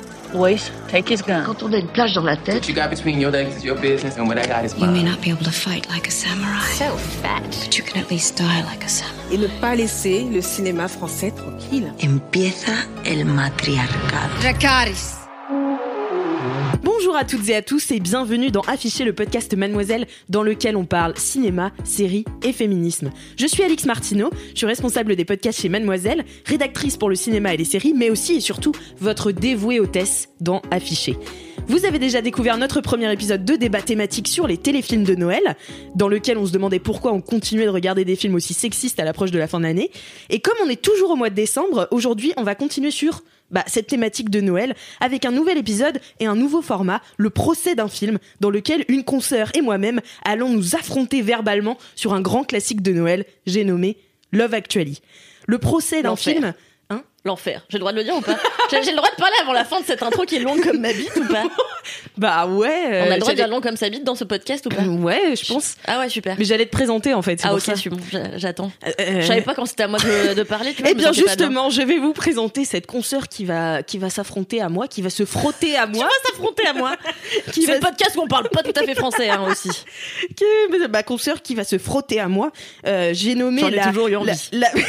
Boys, take his gun. Quand on a une plage dans la tête. What you got between your legs is your business, and what I got is You may mine. not be able to fight like a samurai, So fat. but you can at least die like a samurai. Et ne pas laisser le cinéma français tranquille. Empieza el matriarcado. Dracarys. Bonjour à toutes et à tous et bienvenue dans Afficher, le podcast Mademoiselle dans lequel on parle cinéma, séries et féminisme. Je suis Alix Martineau, je suis responsable des podcasts chez Mademoiselle, rédactrice pour le cinéma et les séries, mais aussi et surtout votre dévouée hôtesse dans Afficher. Vous avez déjà découvert notre premier épisode de débat thématique sur les téléfilms de Noël, dans lequel on se demandait pourquoi on continuait de regarder des films aussi sexistes à l'approche de la fin d'année. Et comme on est toujours au mois de décembre, aujourd'hui on va continuer sur cette thématique de Noël, avec un nouvel épisode et un nouveau format, le procès d'un film, dans lequel une consoeur et moi-même allons nous affronter verbalement sur un grand classique de Noël, j'ai nommé Love Actually. Le procès d'un film... L'enfer. J'ai le droit de le dire ou pas? J'ai le droit de parler avant la fin de cette intro qui est longue comme ma bite ou pas? Bah ouais. On a le droit de dire long comme sa bite dans ce podcast ou pas? Ouais, je pense. Ah ouais, super. Mais j'allais te présenter en fait. C'est ah pour ok, ça. c'est bon, j'attends. Je savais pas quand c'était à moi de parler. Tu vois, Eh bien justement, je vais vous présenter cette consoeur qui va s'affronter à moi, qui va se frotter à moi. Tu vas s'affronter à moi. C'est le podcast où on parle pas tout à fait français aussi. Ma consoeur qui va se frotter à moi. J'ai nommé J'en ai toujours eu envie.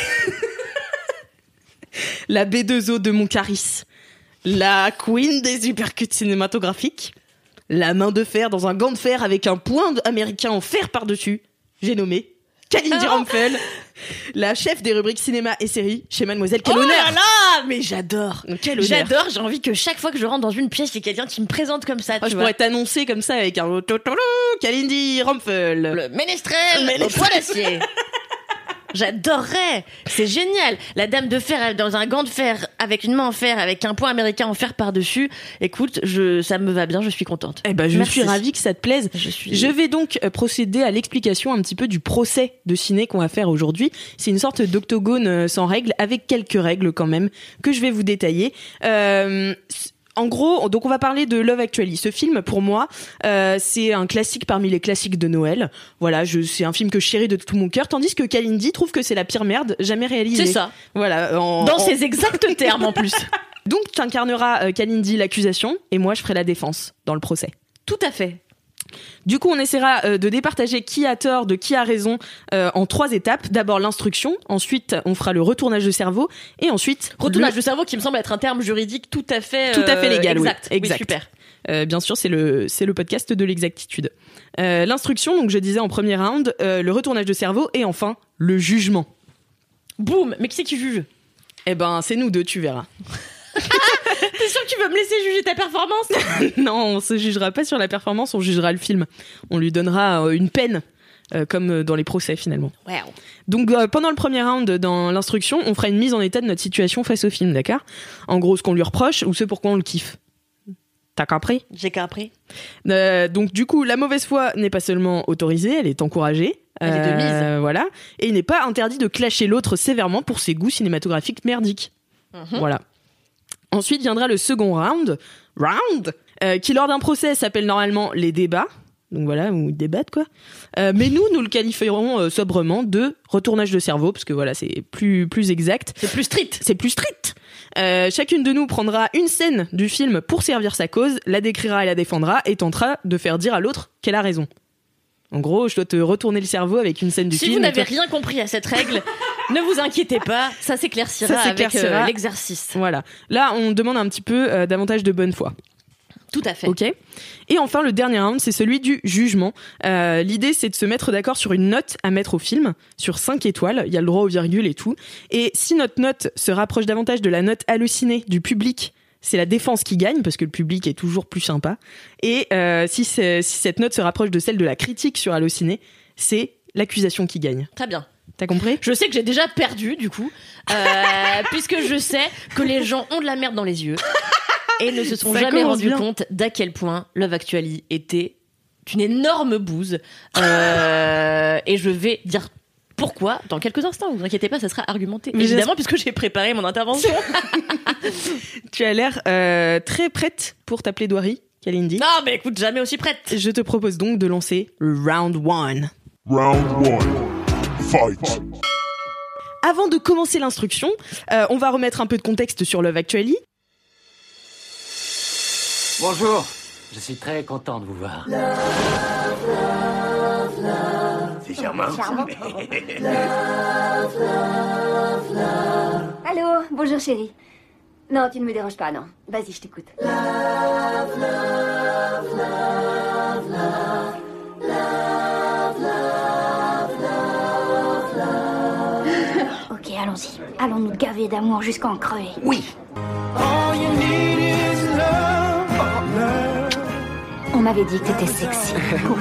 La B2O de mon Caris, la queen des uppercuts cinématographiques, la main de fer dans un gant de fer avec un point américain en fer par-dessus, j'ai nommé Kalindi Rumpel, la chef des rubriques cinéma et séries chez Mademoiselle. Quel honneur! Oh là là, mais j'adore. Quel honneur! J'adore, j'ai envie que chaque fois que je rentre dans une pièce, il y ait quelqu'un qui me présente comme ça. Je pourrais t'annoncer comme ça avec un Kalindi Rumpel. Le ménestrel au poids d'acier. J'adorerais, c'est génial. La dame de fer dans un gant de fer avec une main en fer, avec un point américain en fer par-dessus. Écoute, ça me va bien, je suis contente. Eh ben, je Merci. suis ravie que ça te plaise. Je vais donc procéder à l'explication un petit peu du procès de ciné qu'on va faire aujourd'hui. C'est une sorte d'octogone sans règles, avec quelques règles quand même, que je vais vous détailler. En gros, donc on va parler de Love Actually. Ce film, pour moi, c'est un classique parmi les classiques de Noël. Voilà, c'est un film que je chéris de tout mon cœur, tandis que Kalindi trouve que c'est la pire merde jamais réalisée. C'est ça. Voilà. Dans ces exacts termes en plus. Donc, tu incarneras Kalindi l'accusation, et moi je ferai la défense dans le procès. Tout à fait. Du coup, on essaiera de départager qui a tort de qui a raison en 3 étapes. D'abord l'instruction, ensuite on fera le retournage de cerveau, et ensuite retournage de cerveau, qui me semble être un terme juridique tout à fait légal. Exact. Oui, exact. Oui, super. Bien sûr, c'est le podcast de l'exactitude. L'instruction, donc je disais en premier round, le retournage de cerveau, et enfin le jugement. Boum. Mais qui c'est qui juge? Eh ben, c'est nous deux, tu verras. T'es sûr que tu veux me laisser juger ta performance? Non, on se jugera pas sur la performance, on jugera le film. On lui donnera une peine, comme dans les procès finalement. Wow. Donc pendant le premier round, dans l'instruction, on fera une mise en état de notre situation face au film, d'accord? En gros, ce qu'on lui reproche ou ce pourquoi on le kiffe. T'as compris? J'ai compris. Donc du coup, la mauvaise foi n'est pas seulement autorisée, elle est encouragée. Elle est de mise. Voilà. Et il n'est pas interdit de clasher l'autre sévèrement pour ses goûts cinématographiques merdiques. Voilà. Ensuite viendra le second round, qui lors d'un procès s'appelle normalement les débats. Donc voilà, où ils débattent quoi. Mais nous le qualifierons sobrement de retournage de cerveau, parce que voilà, c'est plus exact. C'est plus strict. Chacune de nous prendra une scène du film pour servir sa cause, la décrira et la défendra, et tentera de faire dire à l'autre qu'elle a raison. En gros, je dois te retourner le cerveau avec une scène du film. Si vous n'avez rien compris à cette règle, ne vous inquiétez pas, ça s'éclaircira avec l'exercice. Voilà. Là, on demande un petit peu davantage de bonne foi. Tout à fait. Ok. Et enfin, le dernier round, c'est celui du jugement. L'idée, c'est de se mettre d'accord sur une note à mettre au film, sur 5 étoiles. Il y a le droit aux virgules et tout. Et si notre note se rapproche davantage de la note hallucinée du public, c'est la défense qui gagne, parce que le public est toujours plus sympa. Et si cette note se rapproche de celle de la critique sur Allociné, c'est l'accusation qui gagne. Très bien. T'as compris? Je sais que j'ai déjà perdu, du coup, puisque je sais que les gens ont de la merde dans les yeux et ne se sont jamais rendus compte d'à quel point Love Actually était une énorme bouse. Et je vais dire pourquoi dans quelques instants. Vous inquiétez pas, ça sera argumenté. Mais évidemment, puisque j'ai préparé mon intervention. Tu as l'air très prête pour ta plaidoirie, Kalindi. Non, mais écoute, jamais aussi prête. Je te propose donc de lancer le round 1. Round 1. Fight. Avant de commencer l'instruction, on va remettre un peu de contexte sur Love Actually. Bonjour, je suis très content de vous voir. C'est charmant. Allô, bonjour chérie. Non, tu ne me déranges pas, non. Vas-y, je t'écoute. Ok, allons-y. Allons nous gaver d'amour jusqu'à en crever. Oui. On m'avait dit que t'étais sexy.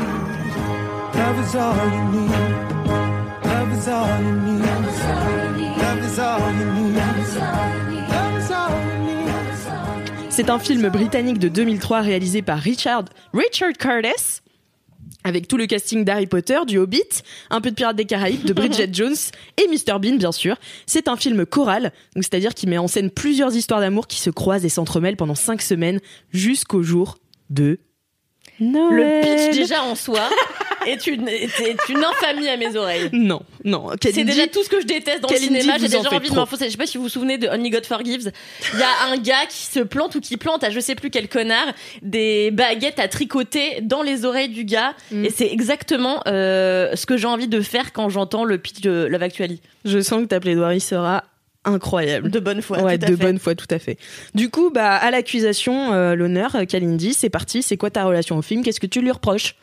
C'est un film britannique de 2003 réalisé par Richard Curtis, avec tout le casting d'Harry Potter, du Hobbit, un peu de Pirates des Caraïbes, de Bridget Jones et Mr Bean, bien sûr. C'est un film choral, donc c'est-à-dire qu'il met en scène plusieurs histoires d'amour qui se croisent et s'entremêlent pendant 5 semaines jusqu'au jour de Noël. Le pitch déjà en soi est une infamie à mes oreilles. Non. C'est déjà tout ce que je déteste dans le cinéma. J'ai déjà envie de m'enfoncer. Je sais pas si vous vous souvenez de Only God Forgives. Il y a un gars qui se plante ou qui plante à je sais plus quel connard des baguettes à tricoter dans les oreilles du gars. Et c'est exactement ce que j'ai envie de faire quand j'entends le pitch de Love Actually. Je sens que ta plaidoirie sera incroyable. De bonne foi. Ouais, tout à fait. bonne foi, tout à fait. Du coup, à l'accusation, l'honneur, Kalindi, c'est parti. C'est quoi ta relation au film? Qu'est-ce que tu lui reproches?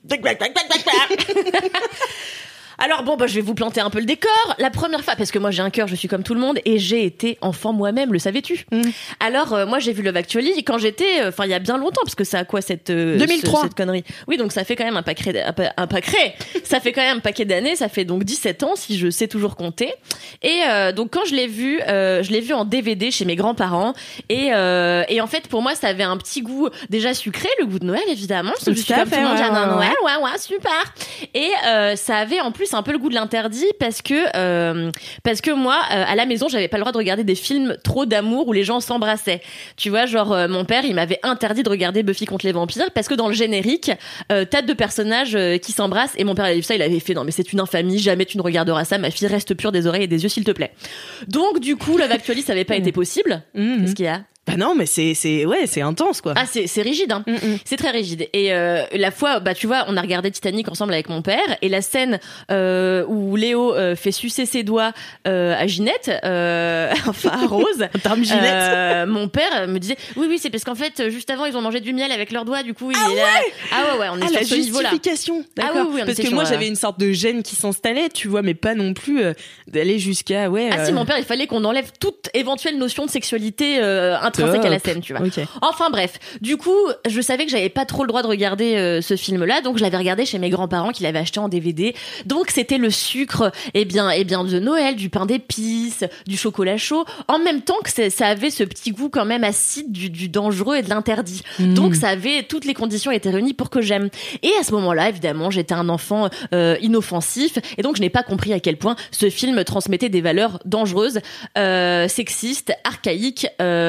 Alors je vais vous planter un peu le décor. La première fois, parce que moi j'ai un cœur, je suis comme tout le monde, et j'ai été enfant moi-même, le savais-tu? Alors moi j'ai vu Love Actually quand j'étais, il y a bien longtemps, parce que ça a quoi cette 2003 cette connerie. Oui, donc ça fait quand même un paquet, ça fait quand même un paquet d'années. Ça fait donc 17 ans si je sais toujours compter. Et donc quand je l'ai vu en DVD chez mes grands-parents. Et en fait pour moi ça avait un petit goût déjà sucré, le goût de Noël évidemment. Parce que je suis comme tout le monde, jardin de Noël, ouais, super. Et ça avait en plus un peu le goût de l'interdit parce que moi à la maison j'avais pas le droit de regarder des films trop d'amour où les gens s'embrassaient, tu vois, genre mon père il m'avait interdit de regarder Buffy contre les vampires parce que dans le générique t'as 2 personnages qui s'embrassent et mon père il a vu ça, il avait fait non mais c'est une infamie, jamais tu ne regarderas ça, ma fille, reste pure des oreilles et des yeux s'il te plaît. Donc du coup Love Actually ça avait pas été possible. Qu'est-ce qu'il y a? Bah non, mais c'est intense quoi. Ah c'est rigide hein. C'est très rigide. Et la fois tu vois, on a regardé Titanic ensemble avec mon père et la scène où Léo fait sucer ses doigts à Ginette, enfin à Rose. Ginette. Mon père me disait oui c'est parce qu'en fait juste avant ils ont mangé du miel avec leurs doigts, du coup il est là. Ah ouais, on est sur ce niveau-là. Justification. D'accord. Ah oui, parce que moi j'avais une sorte de gêne qui s'installait, tu vois, mais pas non plus d'aller jusqu'à si mon père il fallait qu'on enlève toute éventuelle notion de sexualité intrinsèque à la scène, tu vois. Okay. Enfin bref, du coup, je savais que j'avais pas trop le droit de regarder ce film-là, donc je l'avais regardé chez mes grands-parents qui l'avaient acheté en DVD. Donc c'était le sucre, et bien de Noël, du pain d'épices, du chocolat chaud, en même temps que ça avait ce petit goût quand même acide du dangereux et de l'interdit. Donc ça avait toutes les conditions étaient réunies pour que j'aime. Et à ce moment-là, évidemment, j'étais un enfant inoffensif, et donc je n'ai pas compris à quel point ce film transmettait des valeurs dangereuses, sexistes, archaïques,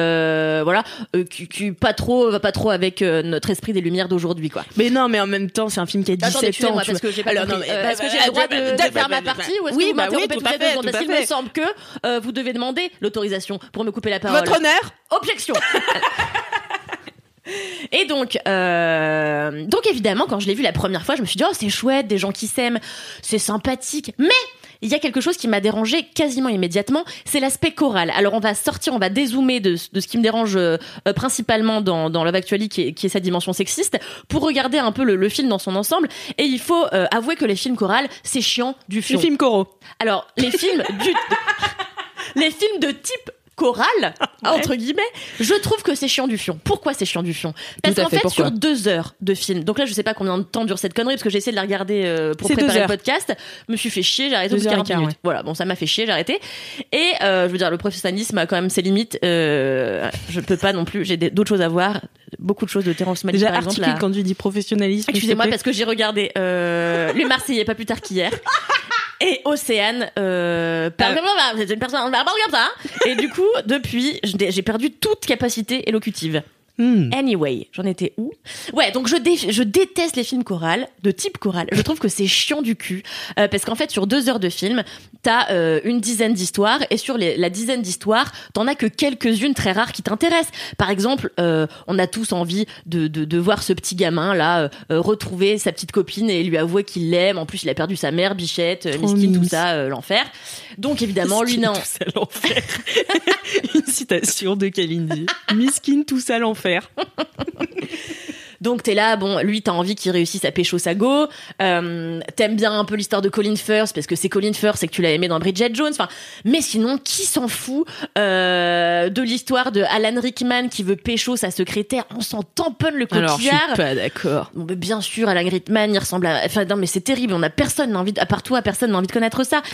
qui va pas trop avec notre esprit des lumières d'aujourd'hui, quoi. Mais non, mais en même temps, c'est un film qui a 17 ans. Parce que j'ai pas compris. Parce que j'ai le droit de faire ma partie, ou est-ce que vous m'interrompez toutes les 2 secondes? Parce qu'il me semble que vous devez demander l'autorisation pour me couper la parole. Votre honneur. Objection. Et donc évidemment, quand je l'ai vu la première fois, je me suis dit c'est chouette, des gens qui s'aiment, c'est sympathique, mais il y a quelque chose qui m'a dérangé quasiment immédiatement, c'est l'aspect choral. Alors on va dézoomer de ce qui me dérange principalement dans Love Actually, qui est sa dimension sexiste, pour regarder un peu le film dans son ensemble. Et il faut avouer que les films chorales, c'est chiant du fion. Les films choraux. Alors les films de type chorale, entre guillemets, je trouve que c'est chiant du fion. Pourquoi c'est chiant du fion? Parce qu'en fait, sur 2 heures de film, donc là je sais pas combien de temps dure cette connerie, parce que j'ai essayé de la regarder pour préparer le podcast, me suis fait chier, j'ai arrêté au bout de 40 minutes. Ouais. Voilà, bon, ça m'a fait chier, j'ai arrêté. Et je veux dire, le professionnalisme a quand même ses limites. Je peux pas non plus, j'ai d'autres choses à voir, beaucoup de choses de Terrence Malick par exemple. Déjà, quand tu dis professionnalisme, excusez-moi, parce que j'ai regardé Les Marseillais pas plus tard qu'hier. Et Océane, c'est une personne comme ça. Et du coup, depuis, j'ai perdu toute capacité élocutive. Anyway, j'en étais où ? Ouais, donc je déteste les films chorales, de type choral. Je trouve que c'est chiant du cul. Parce qu'en fait, sur 2 heures de film, t'as une dizaine d'histoires. Et sur la dizaine d'histoires, t'en as que quelques-unes très rares qui t'intéressent. Par exemple, on a tous envie de voir ce petit gamin-là retrouver sa petite copine et lui avouer qu'il l'aime. En plus, il a perdu sa mère, Bichette, Miskin, tout ça, l'enfer. Donc évidemment, lui, non. Tout ça, l'enfer. Une citation de Kalindi. Miskin, tout ça, l'enfer. Donc t'es là, bon, lui t'as envie qu'il réussisse à pécho sa go, t'aimes bien un peu l'histoire de Colin Firth parce que c'est Colin Firth et que tu l'as aimé dans Bridget Jones, enfin, mais sinon qui s'en fout de l'histoire de Alan Rickman qui veut pécho sa secrétaire, on s'en tamponne le coquillard. Alors je suis pas d'accord. Bon, mais bien sûr, Alan Rickman il ressemble à, enfin non mais c'est terrible, on a personne envie, à part toi, personne n'a envie de connaître ça.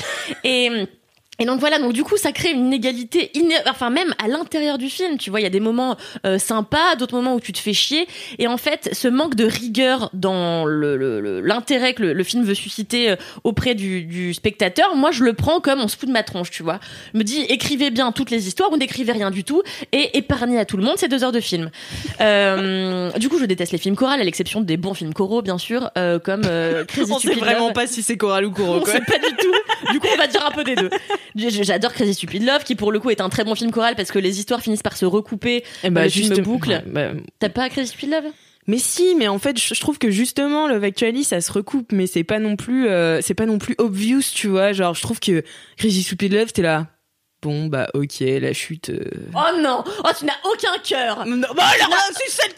Et donc voilà, donc du coup ça crée une inégalité, enfin même à l'intérieur du film, tu vois, il y a des moments sympas, d'autres moments où tu te fais chier, et en fait ce manque de rigueur dans l'intérêt que le film veut susciter auprès du spectateur, moi je le prends comme on se fout de ma tronche, tu vois. Je me dis écrivez bien toutes les histoires ou n'écrivez rien du tout et épargnez à tout le monde ces 2 heures de film. Du coup je déteste les films chorales à l'exception des bons films choraux bien sûr, comme Crazy on Stupid sait vraiment Love. pas si c'est choral ou choraux, quoi. On sait pas du tout. Du coup on va dire un peu des deux. J'adore Crazy Stupid Love qui pour le coup est un très bon film choral parce que les histoires finissent par se recouper, le film boucle. T'as pas Crazy Stupid Love ? Mais si, mais en fait, je trouve que justement, Love Actually, ça se recoupe, mais c'est pas non plus obvious, tu vois. Genre, je trouve que Crazy Stupid Love, t'es là. Bon, bah, ok, la chute. Oh non! Oh, tu n'as aucun cœur! Non, bah alors, c'est celle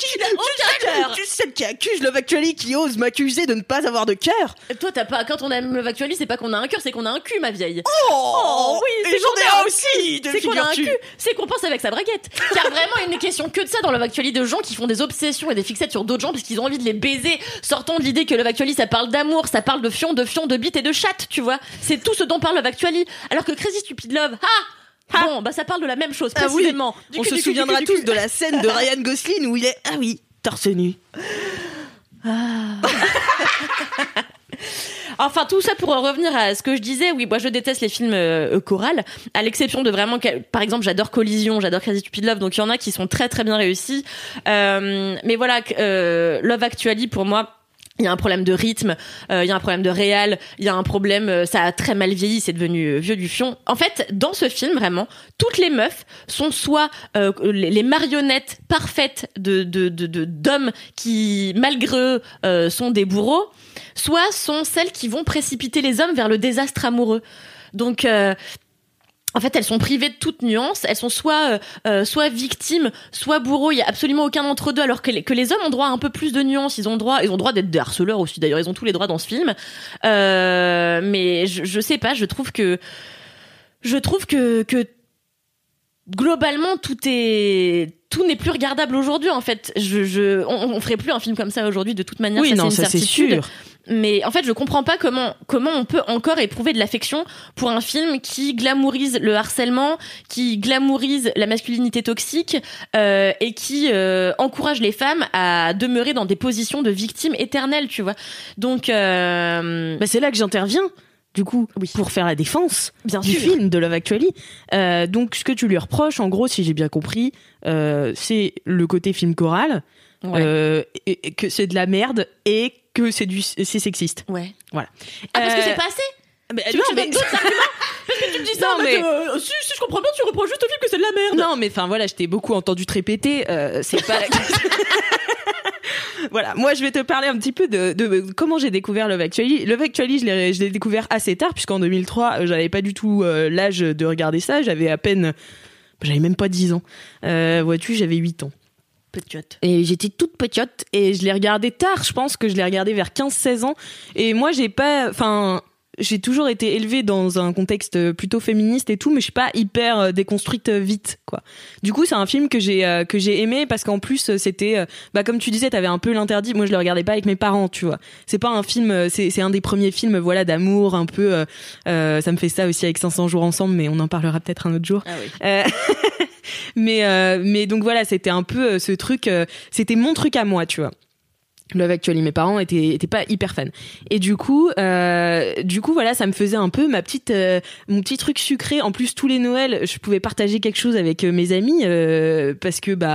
qui accuse Love Actually, qui ose m'accuser de ne pas avoir de cœur. Et toi, t'as pas, quand on aime Love Actually, c'est pas qu'on a un cœur, c'est qu'on a un cul, ma vieille. Oh oui, et j'en ai un aussi, c'est qu'on a un cul, c'est qu'on pense avec sa braguette. Car vraiment, il n'est question que de ça dans Love Actually, de gens qui font des obsessions et des fixettes sur d'autres gens parce qu'ils ont envie de les baiser. Sortons de l'idée que Love Actually, ça parle d'amour, ça parle de fion, de bite et de chatte, tu vois. C'est tout ce dont parle Love Actually. Alors que Crazy Stupid Love, bon, bah ça parle de la même chose, précisément. Oui. On se souviendra tous de la scène de Ryan Gosling où il est, torse nu. Enfin, tout ça pour revenir à ce que je disais, oui, moi je déteste les films chorales, à l'exception de vraiment, par exemple, j'adore Collision, j'adore Crazy Stupid Love, donc il y en a qui sont très très bien réussis. Mais voilà, Love Actually, pour moi, il y a un problème de rythme, il y a un problème de réal, il y a un problème, ça a très mal vieilli, c'est devenu vieux du fion. En fait, dans ce film, vraiment, toutes les meufs sont soit les marionnettes parfaites d'hommes qui, malgré eux, sont des bourreaux, soit sont celles qui vont précipiter les hommes vers le désastre amoureux. Donc... en fait, elles sont privées de toute nuance. Elles sont soit victimes, soit bourreaux. Il y a absolument aucun d'entre deux. Alors que les hommes ont droit à un peu plus de nuance. Ils ont droit d'être des harceleurs aussi. D'ailleurs, ils ont tous les droits dans ce film. Mais je sais pas. Je trouve que globalement tout n'est plus regardable aujourd'hui. En fait, on ferait plus un film comme ça aujourd'hui de toute manière. Oui, ça, non, c'est une ça certitude. c'est sûr. Mais en fait, je comprends pas comment on peut encore éprouver de l'affection pour un film qui glamourise le harcèlement, qui glamourise la masculinité toxique et qui encourage les femmes à demeurer dans des positions de victimes éternelles, tu vois. Donc, c'est là que j'interviens. Du coup, pour faire la défense du film de Love Actually. Donc, ce que tu lui reproches, en gros, si j'ai bien compris, c'est le côté film choral, et que c'est de la merde et que c'est sexiste. Ouais. Voilà. Parce que c'est pas assez. Tu veux que je donne d'autres arguments parce que tu me dis ça, non, mais si je comprends bien, tu reproches juste au film que c'est de la merde. Non, mais enfin voilà, je t'ai beaucoup entendu te répéter. C'est pas. Voilà, moi je vais te parler un petit peu de comment j'ai découvert Love Actually. Love Actually, je l'ai découvert assez tard, puisqu'en 2003, j'avais pas du tout l'âge de regarder ça. J'avais même pas 10 ans. Vois-tu, j'avais 8 ans. Petite. Et j'étais toute petite et je l'ai regardé tard. Je pense que je l'ai regardé vers 15-16 ans. Et moi, j'ai toujours été élevée dans un contexte plutôt féministe et tout, mais je suis pas hyper déconstruite vite, quoi. Du coup, c'est un film que j'ai aimé parce qu'en plus c'était comme tu disais, t'avais un peu l'interdit. Moi, je le regardais pas avec mes parents, tu vois. C'est pas un film, c'est un des premiers films, voilà, d'amour, un peu. Ça me fait ça aussi avec 500 jours ensemble, mais on en parlera peut-être un autre jour. Ah oui. Mais donc voilà, c'était un peu ce truc, c'était mon truc à moi, tu vois. Love Actually, mes parents étaient pas hyper fans. Et du coup voilà, ça me faisait un peu mon petit truc sucré. En plus, tous les Noëls, je pouvais partager quelque chose avec mes amis, parce que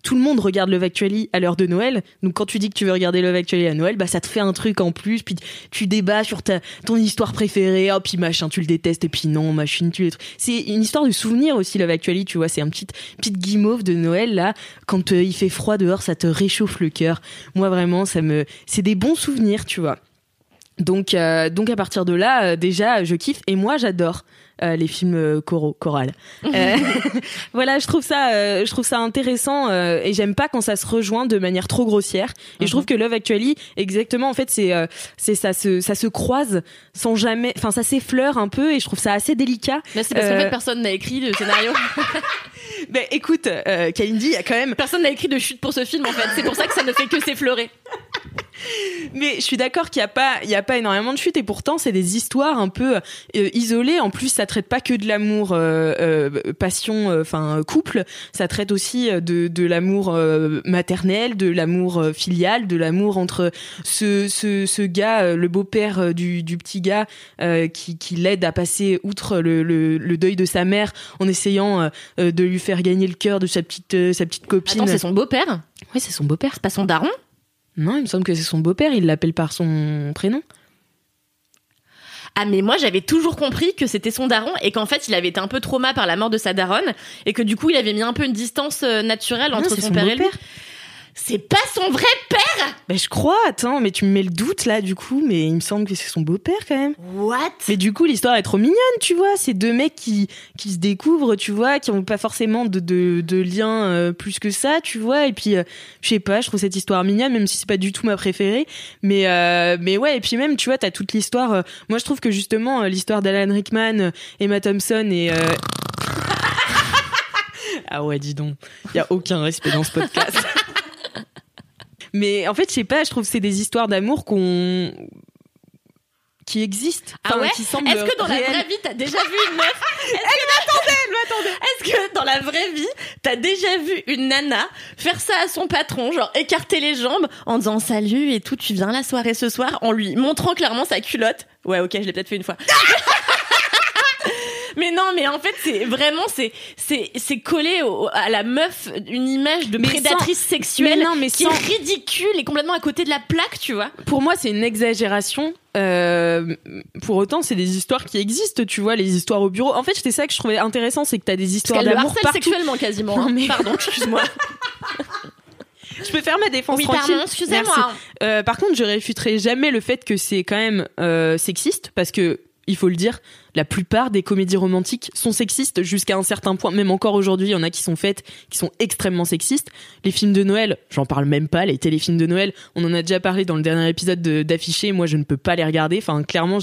tout le monde regarde Love Actually à l'heure de Noël. Donc quand tu dis que tu veux regarder Love Actually à Noël, bah ça te fait un truc en plus, puis tu débats sur ton histoire préférée, oh puis machin tu le détestes, et puis non machin tu les trucs. C'est une histoire de souvenir aussi Love Actually, tu vois, c'est un petite guimauve de Noël là, quand il fait froid dehors, ça te réchauffe le cœur. Moi vraiment c'est des bons souvenirs, tu vois. Donc à partir de là, déjà je kiffe, et moi j'adore les films chorales. Voilà, je trouve ça intéressant, et j'aime pas quand ça se rejoint de manière trop grossière. Et je trouve que Love Actually, exactement, en fait, c'est ça se croise sans jamais, enfin ça s'effleure un peu, et je trouve ça assez délicat. Là, c'est parce qu'en fait personne n'a écrit de scénario. Ben écoute, Kalindi, il y a quand même personne n'a écrit de chute pour ce film en fait. C'est pour ça que ça ne fait que s'effleurer. Mais je suis d'accord qu'il y a pas énormément de chutes, et pourtant c'est des histoires un peu isolées. En plus, ça traite pas que de l'amour passion, enfin couple. Ça traite aussi de l'amour maternel, de l'amour filial, de l'amour entre ce gars, le beau-père du petit gars, qui l'aide à passer outre le deuil de sa mère en essayant de lui faire gagner le cœur de sa petite copine. Attends, c'est son beau-père ? Oui, c'est son beau-père. C'est pas son daron ? Non, il me semble que c'est son beau-père, il l'appelle par son prénom. Ah mais moi j'avais toujours compris que c'était son daron, et qu'en fait il avait été un peu trauma par la mort de sa daronne, et que du coup il avait mis un peu une distance naturelle entre son père et lui. C'est pas son vrai père ? Ben je crois, attends, mais tu me mets le doute là du coup, mais il me semble que c'est son beau-père quand même. What ? Mais du coup l'histoire est trop mignonne, tu vois, c'est deux mecs qui se découvrent, tu vois, qui ont pas forcément de lien plus que ça, tu vois, et puis je sais pas, je trouve cette histoire mignonne, même si c'est pas du tout ma préférée, mais ouais, et puis même tu vois, t'as toute l'histoire, moi je trouve que justement l'histoire d'Alan Rickman, Emma Thompson et ah ouais, dis donc, y a aucun respect dans ce podcast. Mais en fait, je sais pas, je trouve que c'est des histoires d'amour qui existent. Ah ouais ? Qui semblent Est-ce que dans réelles. la vraie vie, t'as déjà vu une meuf ? Attendez. Est-ce que dans la vraie vie, t'as déjà vu une nana faire ça à son patron, genre écarter les jambes en disant salut et tout, tu viens à la soirée ce soir, en lui montrant clairement sa culotte ? Ouais, ok, je l'ai peut-être fait une fois. Mais non, mais en fait, c'est vraiment, c'est collé à la meuf une image de prédatrice sexuelle qui est ridicule et complètement à côté de la plaque, tu vois. Pour moi, c'est une exagération. Pour autant, c'est des histoires qui existent, tu vois, les histoires au bureau. En fait, c'était ça que je trouvais intéressant, c'est que t'as des histoires d'amour partout. Parce qu'elle le harcèle sexuellement, quasiment. Non, mais... Pardon, excuse-moi. Je peux faire ma défense oui, tranquille. Pardon, excusez-moi. Par contre, je réfuterai jamais le fait que c'est quand même sexiste, parce que il faut le dire, la plupart des comédies romantiques sont sexistes jusqu'à un certain point. Même encore aujourd'hui, il y en a qui sont faites, qui sont extrêmement sexistes. Les films de Noël, j'en parle même pas. Les téléfilms de Noël, on en a déjà parlé dans le dernier épisode d'Affiché. Moi, je ne peux pas les regarder. Enfin, clairement,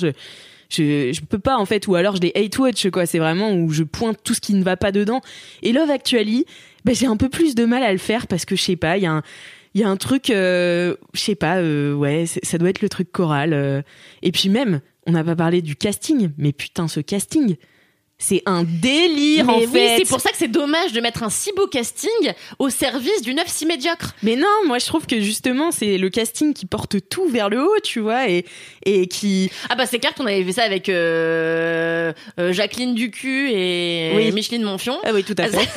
je peux pas, en fait. Ou alors, je les hate watch, quoi. C'est vraiment où je pointe tout ce qui ne va pas dedans. Et Love Actually, ben, j'ai un peu plus de mal à le faire parce que, je sais pas, il y a un truc, je sais pas, ouais, ça doit être le truc choral. Et puis même, on n'a pas parlé du casting, mais putain, ce casting, c'est un délire, mais en oui, fait. C'est pour ça que c'est dommage de mettre un si beau casting au service d'une œuvre si médiocre. Mais non, moi je trouve que justement, c'est le casting qui porte tout vers le haut, tu vois, et qui... Ah bah c'est clair qu'on avait fait ça avec Jacqueline Ducu et oui. Micheline Monfion. Ah oui, tout à fait.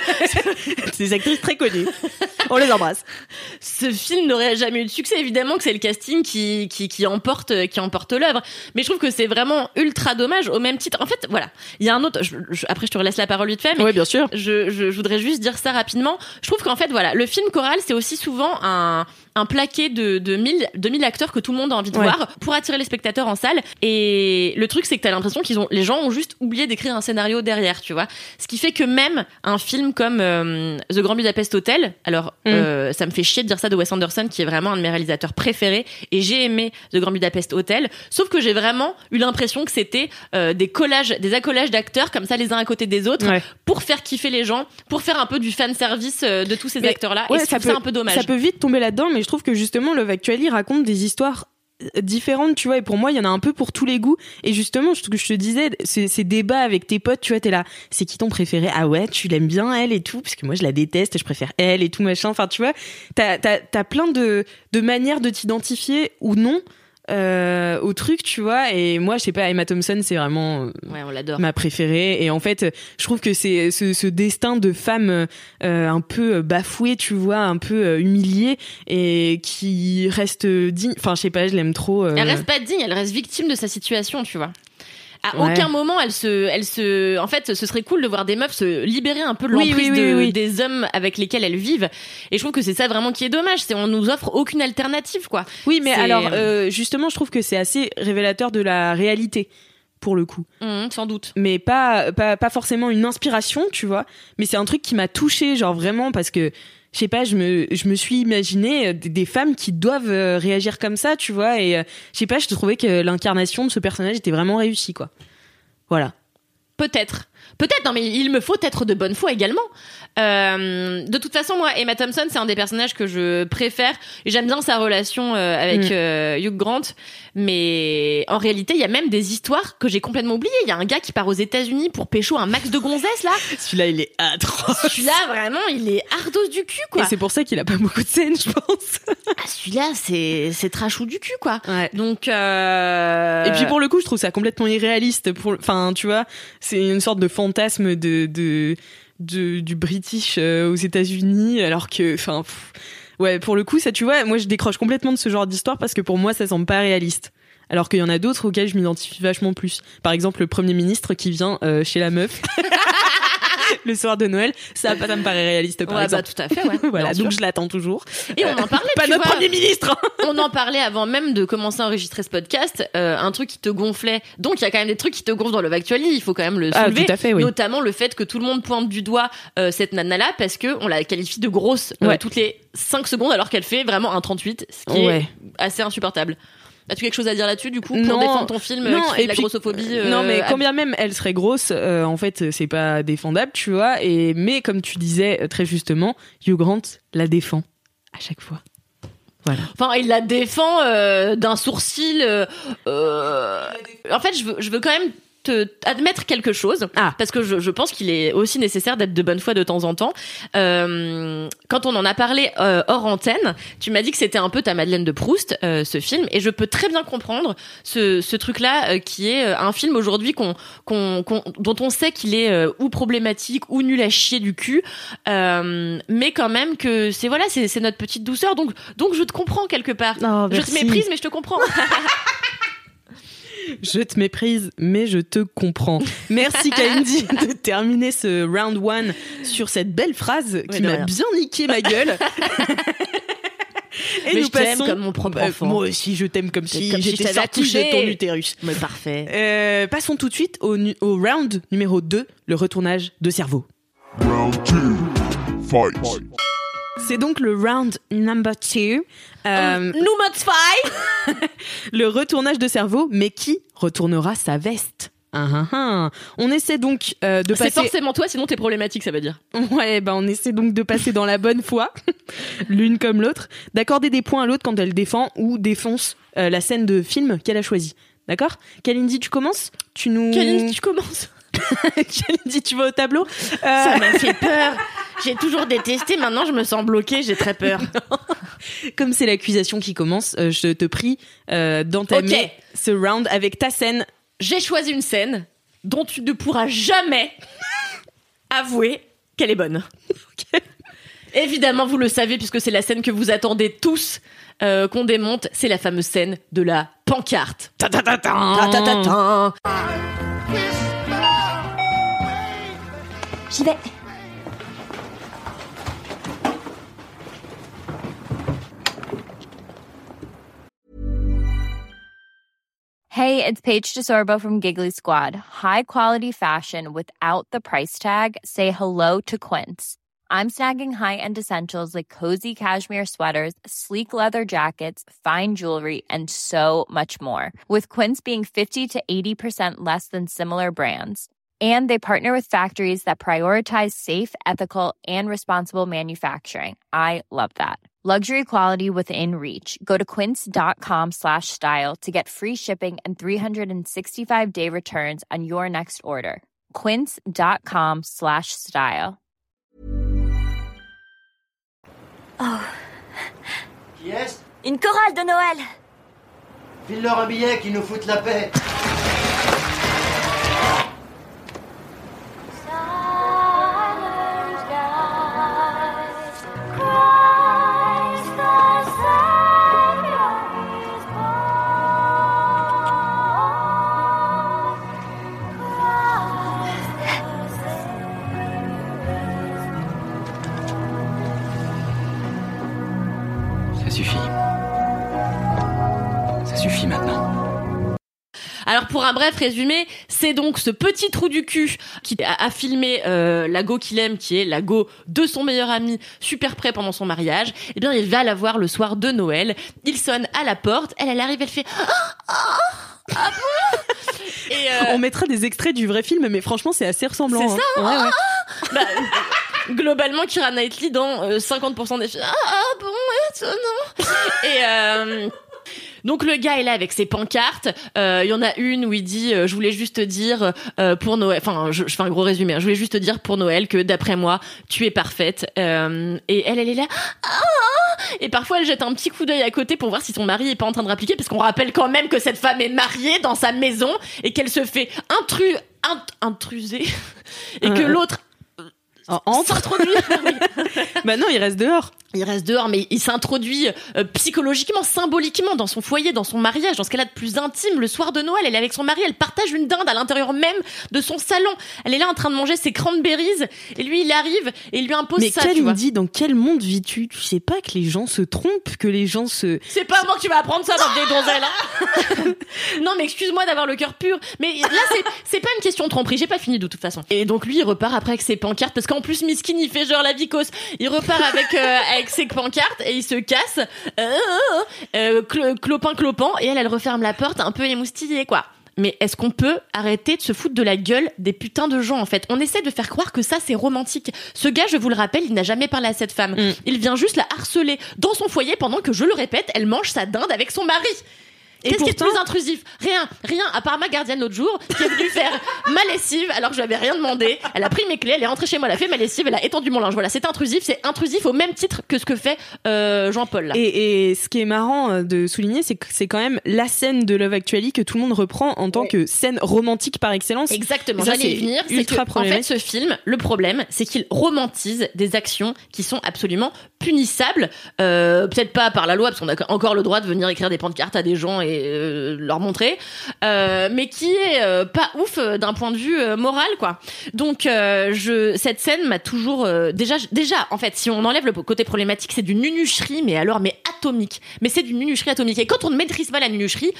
C'est des actrices très connues. On les embrasse. Ce film n'aurait jamais eu de succès, évidemment que c'est le casting qui emporte l'œuvre. Mais je trouve que c'est vraiment ultra dommage, au même titre. En fait, voilà, il y a un autre. Après, je te relaisse la parole vite fait. Mais oui, bien sûr. Je voudrais juste dire ça rapidement. Je trouve qu'en fait, voilà, le film choral, c'est aussi souvent un plaqué de 1000 acteurs que tout le monde a envie de voir pour attirer les spectateurs en salle. Et le truc, c'est que t'as l'impression les gens ont juste oublié d'écrire un scénario derrière, tu vois. Ce qui fait que même un film comme The Grand Budapest Hotel, alors ça me fait chier de dire ça de Wes Anderson, qui est vraiment un de mes réalisateurs préférés, et j'ai aimé The Grand Budapest Hotel, sauf que j'ai vraiment eu l'impression que c'était des accolages d'acteurs comme ça les uns à côté des autres pour faire kiffer les gens, pour faire un peu du fan service de tous ces acteurs-là. Et ça c'est un peu dommage. Ça peut vite tomber là-dedans, mais je trouve que justement Love Actually raconte des histoires différentes, tu vois, et pour moi il y en a un peu pour tous les goûts. Et justement, je te disais, ces débats avec tes potes, tu vois, t'es là, c'est qui ton préféré? Ah ouais, tu l'aimes bien elle et tout, parce que moi je la déteste, je préfère elle et tout machin. Enfin, tu vois, t'as plein de manières de t'identifier ou non au truc, tu vois. Et moi, je sais pas, Emma Thompson, c'est vraiment ouais, on l'adore. Ma préférée. Et en fait, je trouve que c'est ce destin de femme un peu bafouée, tu vois, un peu humiliée et qui reste digne. Enfin, je sais pas, je l'aime trop. Elle reste pas digne, elle reste victime de sa situation, tu vois. À aucun moment, en fait, ce serait cool de voir des meufs se libérer un peu de l'emprise des hommes avec lesquels elles vivent. Et je trouve que c'est ça vraiment qui est dommage, c'est on nous offre aucune alternative, quoi. Oui, mais alors, justement, je trouve que c'est assez révélateur de la réalité, pour le coup. Sans doute. Mais pas forcément une inspiration, tu vois. Mais c'est un truc qui m'a touchée, genre vraiment, parce que je sais pas, je me suis imaginé des femmes qui doivent réagir comme ça, tu vois, et je sais pas, je trouvais que l'incarnation de ce personnage était vraiment réussie, quoi. Voilà. Peut-être, non mais il me faut être de bonne foi également. De toute façon, moi, Emma Thompson, c'est un des personnages que je préfère et j'aime bien sa relation avec Hugh Grant. Mais en réalité, il y a même des histoires que j'ai complètement oubliées. Il y a un gars qui part aux États-Unis pour pécho un max de gonzesses là. Celui-là, il est atroce. Celui-là, vraiment, il est ardos du cul, quoi. Et c'est pour ça qu'il a pas beaucoup de scènes, je pense. Celui-là, c'est trashou du cul, quoi. Ouais. Donc. Et puis pour le coup, je trouve ça complètement irréaliste. Enfin, tu vois, c'est une sorte de fantasme du British aux États-Unis, alors que, enfin, ouais, pour le coup, ça, tu vois, moi, je décroche complètement de ce genre d'histoire parce que pour moi, ça semble pas réaliste. Alors qu'il y en a d'autres auxquels je m'identifie vachement plus. Par exemple, le Premier ministre qui vient chez la meuf le soir de Noël, ça me paraît réaliste, par exemple. Bah, tout à fait, ouais. Voilà, donc je l'attends toujours. Et on en parlait, pas notre Premier ministre. On en parlait avant même de commencer à enregistrer ce podcast. Un truc qui te gonflait. Donc, il y a quand même des trucs qui te gonflent dans Love Actually. Il faut quand même le soulever. Tout à fait, oui. Notamment le fait que tout le monde pointe du doigt cette nana-là parce que on la qualifie de grosse toutes les 5 secondes alors qu'elle fait vraiment un 38, ce qui est assez insupportable. As-tu quelque chose à dire là-dessus, du coup, pour défendre ton film qui fait de la grossophobie Non, mais quand bien même elle serait grosse, en fait, c'est pas défendable, tu vois. Mais comme tu disais très justement, Hugh Grant la défend à chaque fois. Voilà. Enfin, il la défend d'un sourcil. En fait, je veux quand même te admettre quelque chose parce que je pense qu'il est aussi nécessaire d'être de bonne foi de temps en temps. Quand on en a parlé hors antenne, tu m'as dit que c'était un peu ta Madeleine de Proust, ce film, et je peux très bien comprendre ce truc-là qui est un film aujourd'hui dont on sait qu'il est ou problématique ou nul à chier du cul, mais quand même que c'est notre petite douceur, donc je te comprends quelque part. Oh, je te méprise mais je te comprends. Je te méprise, mais je te comprends. Merci Kalindi de terminer ce round 1 sur cette belle phrase qui m'a bien niqué ma gueule. Et mais nous je t'aime passons, comme mon propre enfant. Moi aussi, je t'aime comme si j'étais t'avais sortie accouché de ton utérus. Mais parfait. Passons tout de suite au round numéro 2, le retournage de cerveau. Round 2. Fight. C'est donc le round number 2. Le retournage de cerveau, mais qui retournera sa veste? On essaie donc de passer... C'est forcément toi, sinon t'es problématique, ça veut dire. Ouais, on essaie donc de passer dans la bonne foi, l'une comme l'autre, d'accorder des points à l'autre quand elle défend ou défonce la scène de film qu'elle a choisie. D'accord? Kalindi, tu commences? Kalindi, tu commences. Kalindi, tu vas au tableau? Ça m'a fait peur. J'ai toujours détesté, maintenant je me sens bloquée, j'ai très peur. Comme c'est l'accusation qui commence, je te prie d'entamer ce round avec ta scène. J'ai choisi une scène dont tu ne pourras jamais avouer qu'elle est bonne. Okay. Évidemment, vous le savez, puisque c'est la scène que vous attendez tous qu'on démonte. C'est la fameuse scène de la pancarte. J'y vais. Hey, it's Paige DeSorbo from Giggly Squad. High quality fashion without the price tag. Say hello to Quince. I'm snagging high-end essentials like cozy cashmere sweaters, sleek leather jackets, fine jewelry, and so much more. With Quince being 50 to 80% less than similar brands. And they partner with factories that prioritize safe, ethical, and responsible manufacturing. I love that. Luxury quality within reach. Go to quince.com/style to get free shipping and 365-day returns on your next order. Quince.com/style. Oh. Qui est-ce? Une chorale de Noël. File-leur un billet qui nous foutent la paix. Ça suffit maintenant. Alors pour un bref résumé, c'est donc ce petit trou du cul qui a filmé la go qu'il aime, qui est la go de son meilleur ami, super prêt pendant son mariage. Eh bien, il va la voir le soir de Noël. Il sonne à la porte, elle arrive, elle fait ah bon. Et on mettra des extraits du vrai film, mais franchement, c'est assez ressemblant. C'est ça. Ouais. Bah, globalement, Keira Knightley dans 50% des films. Bon, étonnant. Et donc le gars est là avec ses pancartes. Il y en a une où il dit je voulais juste te dire pour Noël. Enfin, je fais un gros résumé. Je voulais juste te dire pour Noël que d'après moi, tu es parfaite. Et elle est là. Et parfois, elle jette un petit coup d'œil à côté pour voir si son mari est pas en train de rappliquer, parce qu'on rappelle quand même que cette femme est mariée dans sa maison et qu'elle se fait intruser et que l'autre s'introduit. Bah non, il reste dehors. Il reste dehors, mais il s'introduit psychologiquement, symboliquement dans son foyer, dans son mariage, dans ce qu'elle a de plus intime. Le soir de Noël, elle est avec son mari, elle partage une dinde à l'intérieur même de son salon. Elle est là en train de manger ses cranberries, et lui, il arrive et il lui impose ça. Mais Kalindi, dans quel monde vis-tu ? Tu sais pas que les gens se trompent, que les gens se... C'est pas à moi que tu vas apprendre ça, ma vieille donzelle, hein. Non, mais excuse-moi d'avoir le cœur pur. Mais là, c'est pas une question de tromperie. J'ai pas fini de toute façon. Et donc lui, il repart après avec ses pancartes, parce qu'en plus, Miskin, il fait genre la vicose. Il repart avec ses pancartes et il se casse, clopin, et elle referme la porte un peu émoustillée, quoi. Mais est-ce qu'on peut arrêter de se foutre de la gueule des putains de gens, en fait ? On essaie de faire croire que ça, c'est romantique. Ce gars, je vous le rappelle, il n'a jamais parlé à cette femme. Il vient juste la harceler dans son foyer pendant que, je le répète, elle mange sa dinde avec son mari. Qu'est-ce qui est plus intrusif ? Rien, à part ma gardienne l'autre jour, qui est venue faire ma lessive alors que je lui avais rien demandé. Elle a pris mes clés, elle est rentrée chez moi, elle a fait ma lessive, elle a étendu mon linge. Voilà, c'est intrusif au même titre que ce que fait Jean-Paul là. Et ce qui est marrant de souligner, c'est que c'est quand même la scène de Love Actually que tout le monde reprend en tant que scène romantique par excellence. Exactement, ça, j'allais y venir. C'est que, en fait, ce film, le problème, c'est qu'il romantise des actions qui sont absolument punissables. Peut-être pas par la loi, parce qu'on a encore le droit de venir écrire des pancartes à des gens et leur montrer, mais qui est pas ouf d'un point de vue moral, quoi. Donc cette scène m'a toujours déjà en fait, si on enlève le côté problématique, c'est d'une nunucherie, mais atomique. Mais c'est d'une nunucherie atomique, et quand on ne maîtrise pas la nunucherie,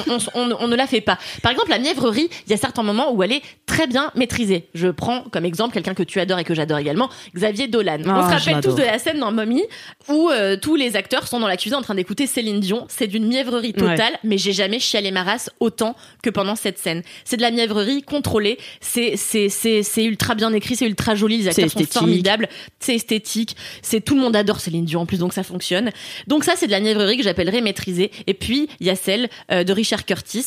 on ne la fait pas. Par exemple, la mièvrerie, il y a certains moments où elle est très bien maîtrisée. Je prends comme exemple quelqu'un que tu adores et que j'adore également, Xavier Dolan. On se rappelle tous de la scène dans Mommy où tous les acteurs sont dans la cuisine en train d'écouter Céline Dion. C'est d'une mièvrerie totale, mais j'ai jamais chialé ma race autant que pendant cette scène. C'est de la mièvrerie contrôlée, c'est ultra bien écrit, c'est ultra joli, les acteurs sont formidables, c'est esthétique, tout le monde adore Céline Dion en plus, donc ça fonctionne. Donc ça, c'est de la mièvrerie que j'appellerais maîtrisée. Et puis il y a celle de Richard Curtis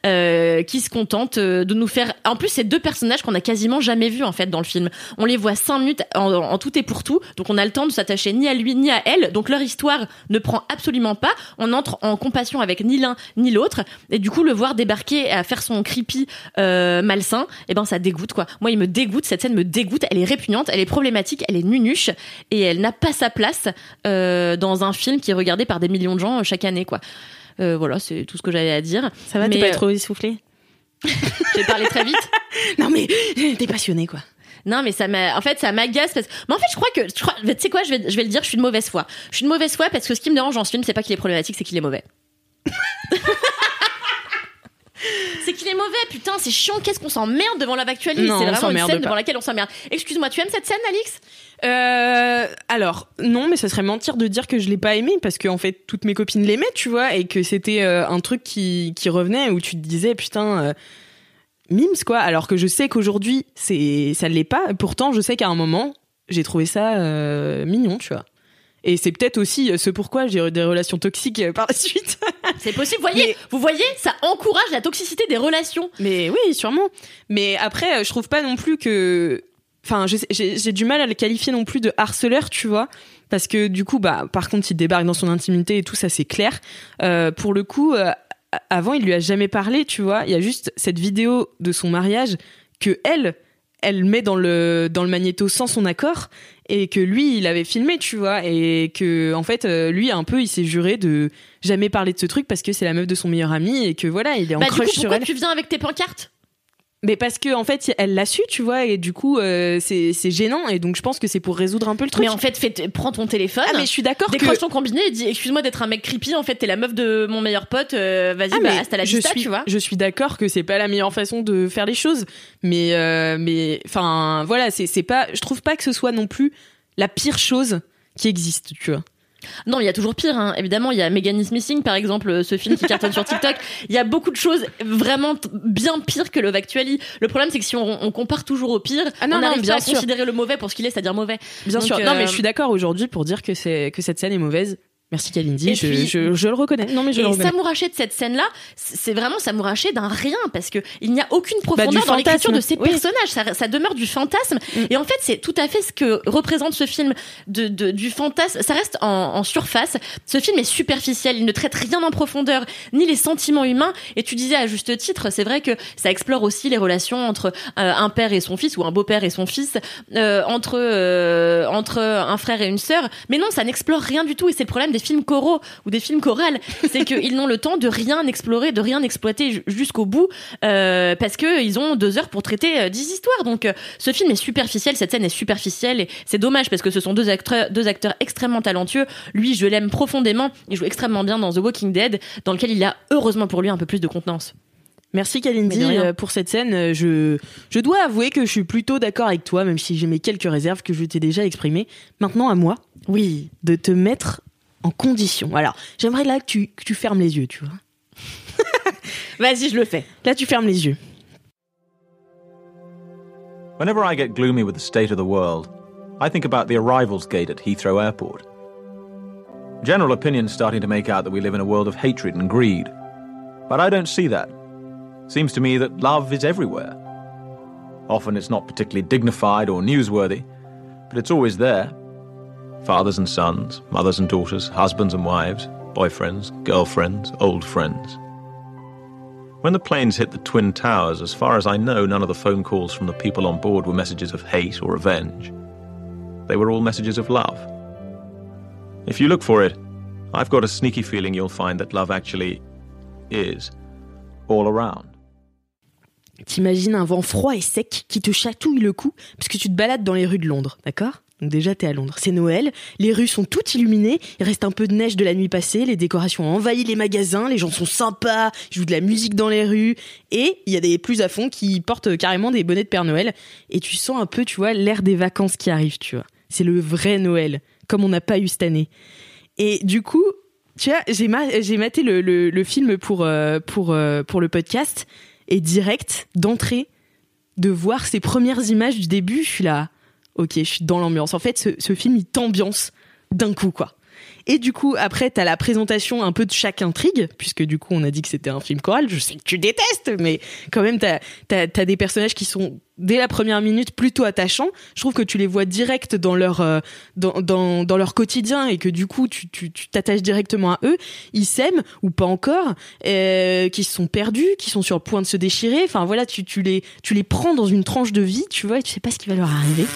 qui se contente de nous faire, en plus, c'est deux personnages qu'on a quasiment jamais vus en fait dans le film. On les voit 5 minutes en tout et pour tout, donc on a le temps de s'attacher ni à lui ni à elle, donc leur histoire ne prend absolument pas, on entre en compassion avec ni l'un ni l'autre, et du coup le voir débarquer à faire son creepy malsain, et ben ça dégoûte, quoi. Moi, il me dégoûte, cette scène me dégoûte, elle est répugnante, elle est problématique, elle est nunuche, et elle n'a pas sa place dans un film qui est regardé par des millions de gens chaque année, quoi. Voilà, c'est tout ce que j'avais à dire. Ça va, t'es pas trop essoufflé? J'ai parlé très vite. Non mais t'es passionnée, quoi. Non, mais ça m'agace parce que, mais en fait, je crois, tu sais quoi, je vais le dire, je suis de mauvaise foi. Je suis de mauvaise foi parce que ce qui me dérange dans ce film, c'est pas qu'il est problématique, c'est qu'il est mauvais. C'est qu'il est mauvais, putain, c'est chiant, qu'est-ce qu'on s'emmerde devant Love Actually. C'est vraiment une scène devant laquelle on s'emmerde. Excuse-moi, tu aimes cette scène, Alix? Alors, non, mais ça serait mentir de dire que je l'ai pas aimé, parce que, en fait, toutes mes copines l'aimaient, tu vois, et que c'était un truc qui revenait où tu te disais, putain, mimes, quoi, alors que je sais qu'aujourd'hui ça l'est pas. Pourtant, je sais qu'à un moment j'ai trouvé ça mignon, tu vois, et c'est peut-être aussi ce pourquoi j'ai eu des relations toxiques par la suite. C'est possible, vous voyez, ça encourage la toxicité des relations. Mais oui, sûrement. Mais après, je trouve pas non plus que, enfin, j'ai du mal à le qualifier non plus de harceleur, tu vois, parce que du coup, bah, par contre, il débarque dans son intimité et tout ça, c'est clair. Pour le coup, avant, il lui a jamais parlé, tu vois. Il y a juste cette vidéo de son mariage que elle met dans le magnéto sans son accord et que lui, il avait filmé, tu vois. Et que, en fait, lui, il s'est juré de jamais parler de ce truc parce que c'est la meuf de son meilleur ami et que voilà, il est en crush sur elle. Pourquoi tu viens avec tes pancartes ? Mais parce que en fait elle l'a su, tu vois, et du coup c'est gênant, et donc je pense que c'est pour résoudre un peu le truc. Mais en fait, prends ton téléphone. Ah mais je suis d'accord. Décroche ton combiné et dis excuse-moi d'être un mec creepy. En fait t'es la meuf de mon meilleur pote. Vas-y, hasta la vista, tu vois. Je suis d'accord que c'est pas la meilleure façon de faire les choses, mais enfin voilà, c'est pas. Je trouve pas que ce soit non plus la pire chose qui existe, tu vois. Non, il y a toujours pire, hein. Évidemment, il y a Megan is Missing, par exemple, ce film qui cartonne sur TikTok. Il y a beaucoup de choses vraiment bien pires que Love Actually. Le problème, c'est que si on compare toujours au pire, on n'arrive pas à considérer le mauvais pour ce qu'il est, c'est-à-dire mauvais. Bien sûr. Non, mais je suis d'accord aujourd'hui pour dire que cette scène est mauvaise. Merci Kalindi, je le reconnais. Non mais je le reconnais. S'amouracher de cette scène-là, c'est vraiment s'amouracher d'un rien parce que il n'y a aucune profondeur dans l'écriture de ces personnages. Ça demeure du fantasme. Et en fait, c'est tout à fait ce que représente ce film du fantasme. Ça reste en surface. Ce film est superficiel. Il ne traite rien en profondeur, ni les sentiments humains. Et tu disais à juste titre, c'est vrai que ça explore aussi les relations entre un père et son fils ou un beau-père et son fils, entre un frère et une sœur. Mais non, ça n'explore rien du tout. Et c'est le problème des films choraux ou des films chorales, c'est qu'ils n'ont le temps de rien explorer, de rien exploiter jusqu'au bout, parce que ils ont 2 heures pour traiter 10 histoires. Donc ce film est superficiel, cette scène est superficielle et c'est dommage parce que ce sont deux acteurs extrêmement talentueux. Lui, je l'aime profondément, il joue extrêmement bien dans The Walking Dead, dans lequel il a heureusement pour lui un peu plus de contenance. Merci Kalindi pour cette scène. Je dois avouer que je suis plutôt d'accord avec toi, même si j'ai mes quelques réserves que je t'ai déjà exprimées. Maintenant à moi, de te mettre en condition. Alors, j'aimerais là que tu fermes les yeux, tu vois. Vas-y, je le fais. Là, tu fermes les yeux. Whenever I get gloomy with the state of the world, I think about the arrivals gate at Heathrow Airport. General opinion's starting to make out that we live in a world of hatred and greed. But I don't see that. Seems to me that love is everywhere. Often it's not particularly dignified or newsworthy, but it's always there. Fathers and sons, mothers and daughters, husbands and wives, boyfriends, girlfriends, old friends. When the planes hit the Twin Towers, as far as I know, none of the phone calls from the people on board were messages of hate or revenge. They were all messages of love. If you look for it, I've got a sneaky feeling you'll find that love actually is all around. T'imagines un vent froid et sec qui te chatouille le cou parce que tu te balades dans les rues de Londres, d'accord ? Donc déjà, t'es à Londres. C'est Noël, les rues sont toutes illuminées, il reste un peu de neige de la nuit passée, les décorations ont envahi les magasins, les gens sont sympas, ils jouent de la musique dans les rues, et il y a des plus à fond qui portent carrément des bonnets de Père Noël, et tu sens un peu, tu vois, l'air des vacances qui arrive, tu vois. C'est le vrai Noël, comme on n'a pas eu cette année. Et du coup, tu vois, j'ai maté le film pour le podcast, et direct, d'entrée, de voir ces premières images du début, je suis là... Ok, je suis dans l'ambiance. En fait, ce film, il t'ambiance d'un coup, quoi. Et du coup, après, t'as la présentation un peu de chaque intrigue, puisque du coup, on a dit que c'était un film choral. Je sais que tu détestes, mais quand même, t'as des personnages qui sont, dès la première minute, plutôt attachants. Je trouve que tu les vois direct dans leur quotidien et que du coup, tu t'attaches directement à eux. Ils s'aiment, ou pas encore, qui se sont perdus, qui sont sur le point de se déchirer. Enfin, voilà, tu les prends dans une tranche de vie, tu vois, et tu sais pas ce qui va leur arriver.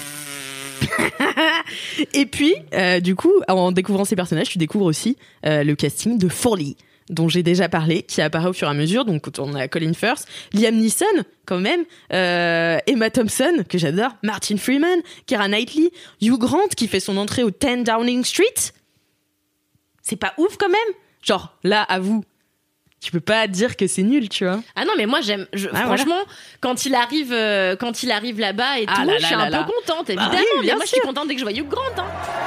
Et puis, du coup, en découvrant ces personnages, tu découvres aussi le casting de Folly, dont j'ai déjà parlé, qui apparaît au fur et à mesure. Donc, on a Colin Firth, Liam Neeson, quand même, Emma Thompson, que j'adore, Martin Freeman, Keira Knightley, Hugh Grant, qui fait son entrée au 10 Downing Street. C'est pas ouf, quand même. Genre, là, à vous. Tu peux pas dire que c'est nul, tu vois. Ah non, mais moi j'aime. Franchement, voilà. quand il arrive là-bas et tout, je suis un peu contente, évidemment. Oui, mais moi, je suis contente dès que je vois Hugh Grant. Hein.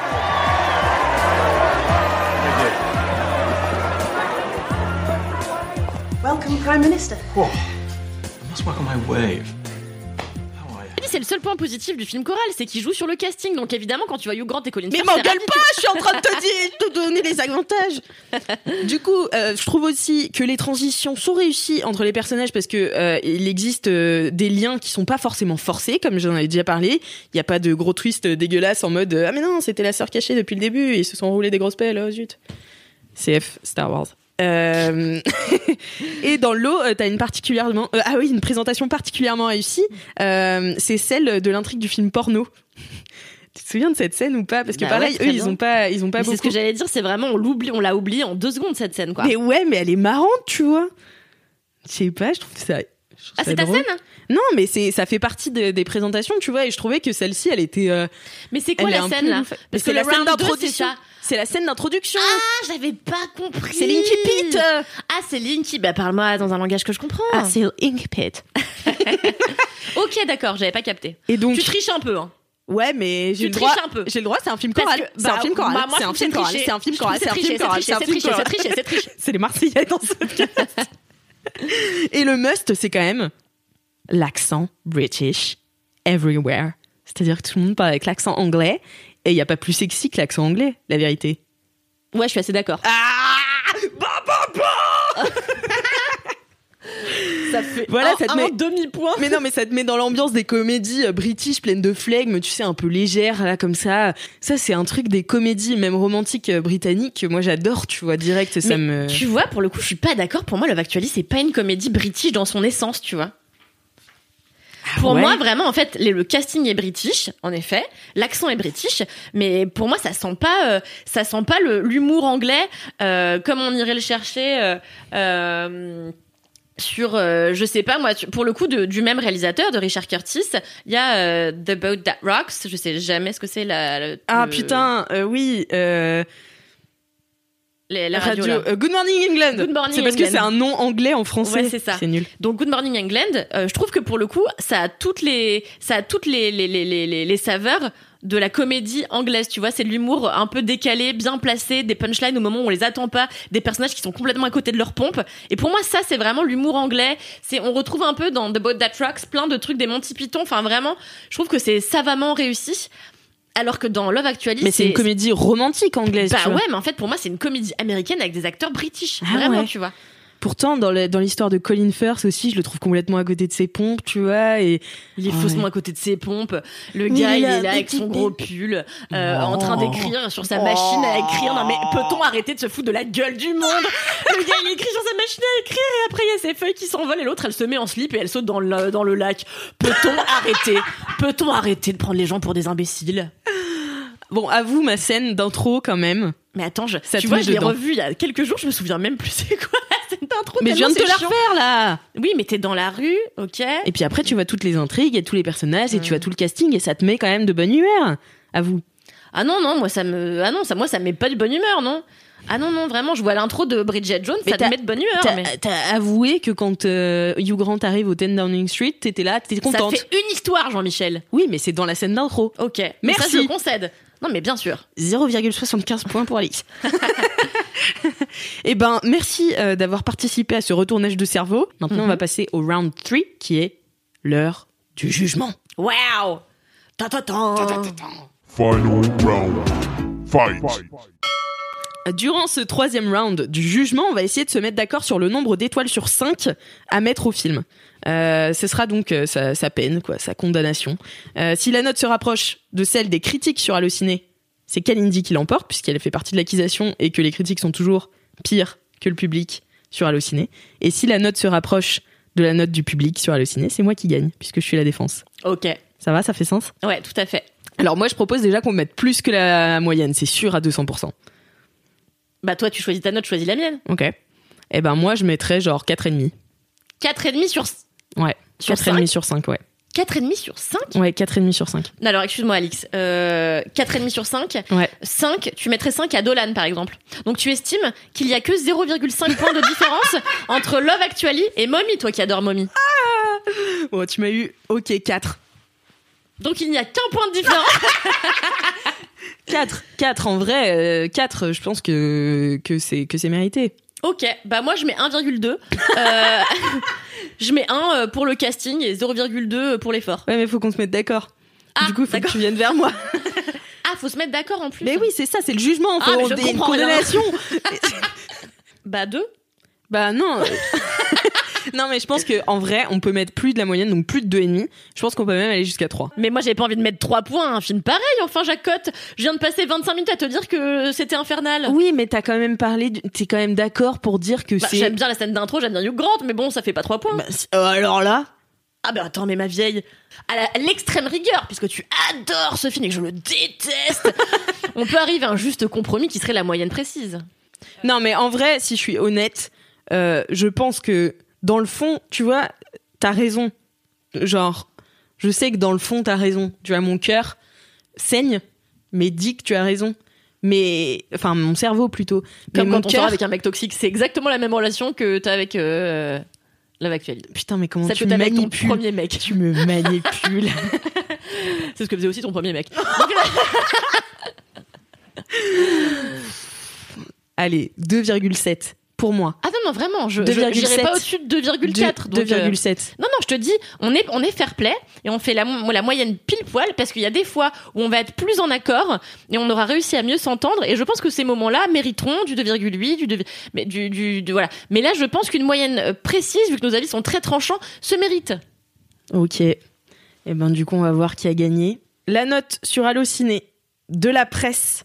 Welcome, Prime Minister. Whoa. I must work on my wave. C'est le seul point positif du film choral, c'est qu'il joue sur le casting. Donc évidemment, quand tu vois Hugh Grant et Colin Firth, mais m'engueule pas, je suis en train de te donner les avantages. Du coup, je trouve aussi que les transitions sont réussies entre les personnages parce que il existe des liens qui sont pas forcément forcés, comme j'en avais déjà parlé. Il y a pas de gros twist dégueulasse en mode ah mais non, c'était la sœur cachée depuis le début et ils se sont roulés des grosses pelles. Oh zut. CF Star Wars. Et dans l'eau, t'as une présentation particulièrement réussie. C'est celle de l'intrigue du film porno. Tu te souviens de cette scène ou pas? Parce que pareil, eux, ils ont pas beaucoup. C'est ce que j'allais dire, c'est vraiment, on l'a oublié en 2 secondes, cette scène, quoi. Mais ouais, mais elle est marrante, tu vois. Je sais pas, je trouve que ça. C'est ta scène? Non, mais ça fait partie des présentations, tu vois, et je trouvais que celle-ci, elle était. Mais c'est quoi la scène, là? Parce que la scène d'introduction. C'est la scène d'introduction. Ah, j'avais pas compris. C'est Linky Pit. Ah, c'est Linky. Bah, parle-moi dans un langage que je comprends. Ah, c'est Linky Pit. Ok, d'accord, j'avais pas capté. Et donc. Tu triches un peu, hein. Ouais, mais j'ai le droit. J'ai le droit, c'est un film choral. C'est un film choral. C'est un film choral. C'est un film choral. C'est un film choral. C'est triché. C'est les Marseillais dans ce podcast. Et le must, c'est quand même l'accent British everywhere. C'est-à-dire que tout le monde parle avec l'accent anglais et il n'y a pas plus sexy que l'accent anglais, la vérité. Ouais, je suis assez d'accord. Ça fait un demi-point. Mais non, mais ça te met dans l'ambiance des comédies british pleines de flegme, tu sais, un peu légères, là, comme ça. Ça, c'est un truc des comédies, même romantiques britanniques. Moi, j'adore, tu vois, direct, ça me... Tu vois, pour le coup, je suis pas d'accord. Pour moi, Love Actually, c'est pas une comédie british dans son essence, tu vois. Pour moi, vraiment, en fait, le casting est british, en effet, l'accent est british, mais pour moi, ça sent pas l'humour anglais comme on irait le chercher sur, je sais pas moi, pour le coup du même réalisateur, de Richard Curtis, il y a The Boat That Rocks, je sais jamais ce que c'est oui. La radio. Good Morning England. Good Morning c'est parce England. que c'est un nom anglais en français. Ouais, c'est ça. C'est nul. Donc Good Morning England, je trouve que pour le coup, ça a toutes les saveurs de la comédie anglaise, tu vois, c'est de l'humour un peu décalé, bien placé, des punchlines au moment où on les attend pas, des personnages qui sont complètement à côté de leur pompe. Et pour moi, ça, c'est vraiment l'humour anglais. On retrouve un peu dans The Boat That Rocks plein de trucs des Monty Python. Enfin, vraiment, je trouve que c'est savamment réussi. Alors que dans Love Actually, mais c'est une comédie romantique anglaise. Bah tu vois. ouais, mais en fait, pour moi, c'est une comédie américaine avec des acteurs british. Vraiment, ouais. Tu vois. Pourtant, dans l'histoire de Colin Firth aussi, je le trouve complètement à côté de ses pompes, tu vois. Et il est faussement à côté de ses pompes. Le gars, il est là avec son gros pull, en train d'écrire sur sa machine à écrire. Non mais peut-on arrêter de se foutre de la gueule du monde? Le gars, il écrit sur sa machine à écrire et après, il y a ses feuilles qui s'envolent et l'autre, elle se met en slip et elle saute dans le lac. Peut-on arrêter de prendre les gens pour des imbéciles? Bon, avoue ma scène d'intro quand même. Mais attends, je l'ai revue il y a quelques jours, je me souviens même plus c'est quoi la scène d'intro. Mais je viens de te la refaire là. Oui, mais t'es dans la rue, ok. Et puis après, tu vois toutes les intrigues et tous les personnages et tu vois tout le casting et ça te met quand même de bonne humeur. Avoue. Ah non, moi ça me met pas de bonne humeur, non. Ah non, vraiment, je vois l'intro de Bridget Jones, ça te met de bonne humeur. T'as avoué que quand Hugh Grant arrive au 10 Downing Street, t'étais là, t'étais contente. Ça fait une histoire, Jean-Michel. Oui, mais c'est dans la scène d'intro. Ok, merci. Ça, je concède. Non, mais bien sûr. 0,75 points pour Alix. Eh ben, merci d'avoir participé à ce retournage de cerveau. Maintenant, on va passer au round 3, qui est l'heure du jugement. Wow! Final round. Fight. Durant ce 3e round du jugement, on va essayer de se mettre d'accord sur le nombre d'étoiles sur 5 à mettre au film. Ce sera donc sa peine, quoi, sa condamnation. Si la note se rapproche de celle des critiques sur Allociné, c'est Kalindi qui l'emporte, puisqu'elle fait partie de l'accusation et que les critiques sont toujours pires que le public sur Allociné. Et si la note se rapproche de la note du public sur Allociné, c'est moi qui gagne, puisque je suis la défense. Ok. Ça va, ça fait sens? Ouais, tout à fait. Alors moi, je propose déjà qu'on mette plus que la moyenne, c'est sûr, à 200%. Bah toi, tu choisis ta note, je choisis la mienne. Ok. Eh ben moi, je mettrais genre 4,5. 4,5 sur... Ouais, 4,5 sur 5, ouais. 4,5 sur 5 ? Ouais, 4,5 sur 5. Non, alors, excuse-moi, Alix. 4,5 sur 5 ? Ouais. 5, tu mettrais 5 à Dolan, par exemple. Donc, tu estimes qu'il y a que 0,5 points de différence entre Love Actually et Mommy, toi qui adores Mommy. Ah bon, tu m'as eu... Ok, 4. Donc, il n'y a qu'un point de différence. 4 en vrai, 4, je pense que c'est mérité. Ok, bah moi je mets 1,2. Je mets 1 pour le casting et 0,2 pour l'effort. Ouais, mais faut qu'on se mette d'accord. Du coup, faut que tu viennes vers moi. Ah, faut se mettre d'accord en plus. Mais oui, c'est ça, c'est le jugement. Faut une condamnation. Bah 2. Bah non. Non, mais je pense qu'en vrai, on peut mettre plus de la moyenne, donc plus de 2,5. Je pense qu'on peut même aller jusqu'à 3. Mais moi, j'avais pas envie de mettre 3 points à un film pareil. Enfin, Jacotte, je viens de passer 25 minutes à te dire que c'était infernal. Oui, mais t'as quand même t'es quand même d'accord pour dire que c'est... J'aime bien la scène d'intro, j'aime bien Hugh Grant, mais bon, ça fait pas 3 points. Alors là... Ah ben attends, mais ma vieille, à l'extrême rigueur, puisque tu adores ce film et que je le déteste, on peut arriver à un juste compromis qui serait la moyenne précise. Non, mais en vrai, si je suis honnête, je pense que dans le fond, tu vois, t'as raison. Genre, je sais que dans le fond, t'as raison. Tu vois, mon cœur saigne, mais dit que tu as raison. Mais, enfin, mon cerveau plutôt. Comme mais quand on sort avec un mec toxique, c'est exactement la même relation que t'as avec Love Actually. Putain, mais comment ça tu me manipules ton premier mec. Tu me manipules. C'est ce que faisait aussi ton premier mec. Allez, 2,7 pour moi. Ah non, vraiment, je n'irai pas au-dessus de 2,4. 2,7. Non, je te dis, on est fair play et on fait la moyenne pile poil parce qu'il y a des fois où on va être plus en accord et on aura réussi à mieux s'entendre et je pense que ces moments-là mériteront du 2,8, voilà. Mais là, je pense qu'une moyenne précise, vu que nos avis sont très tranchants, se mérite. Ok. Et ben du coup, on va voir qui a gagné. La note sur Allociné de la presse.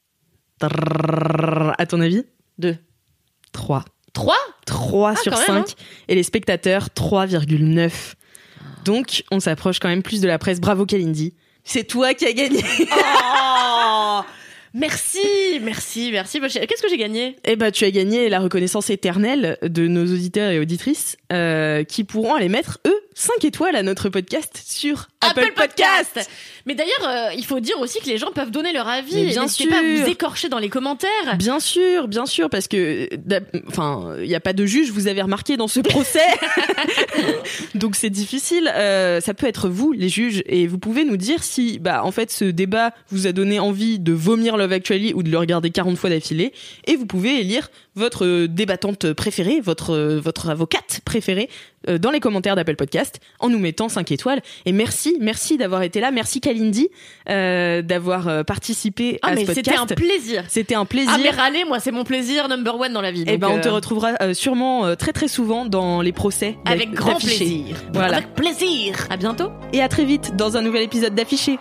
À ton avis ? 2. 3. 3 sur 5. Même, hein. Et les spectateurs, 3,9. Donc, on s'approche quand même plus de la presse. Bravo, Kalindi. C'est toi qui as gagné. Oh Merci. Qu'est-ce que j'ai gagné ? Eh ben, tu as gagné la reconnaissance éternelle de nos auditeurs et auditrices qui pourront aller mettre, eux, 5 étoiles à notre podcast sur Apple Podcast. Mais d'ailleurs, il faut dire aussi que les gens peuvent donner leur avis. Et n'hésitez pas à vous écorcher dans les commentaires. Bien sûr, parce que, enfin, il n'y a pas de juge, vous avez remarqué dans ce procès. Donc c'est difficile. Ça peut être vous, les juges, et vous pouvez nous dire si, en fait, ce débat vous a donné envie de vomir Love Actually ou de le regarder 40 fois d'affilée. Et vous pouvez élire votre débattante préférée, votre avocate préférée, dans les commentaires d'Apple Podcast en nous mettant 5 étoiles. Et merci d'avoir été là. Merci Kalindi d'avoir participé à ce podcast. C'était un plaisir. Ah mais râler, moi c'est mon plaisir number one dans la vie. Et on te retrouvera sûrement très très souvent dans les procès. Avec grand plaisir. Voilà. Avec plaisir. À bientôt. Et à très vite dans un nouvel épisode d'Affiché.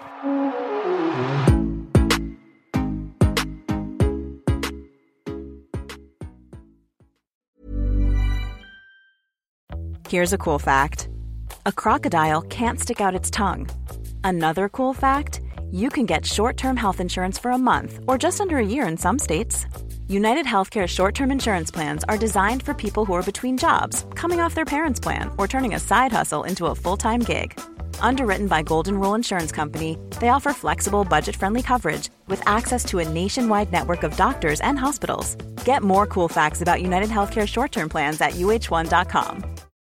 Here's a cool fact. A crocodile can't stick out its tongue. Another cool fact, you can get short-term health insurance for a month or just under a year in some states. United Healthcare short-term insurance plans are designed for people who are between jobs, coming off their parents' plan, or turning a side hustle into a full-time gig. Underwritten by Golden Rule Insurance Company, they offer flexible, budget-friendly coverage with access to a nationwide network of doctors and hospitals. Get more cool facts about United Healthcare short-term plans at uh1.com.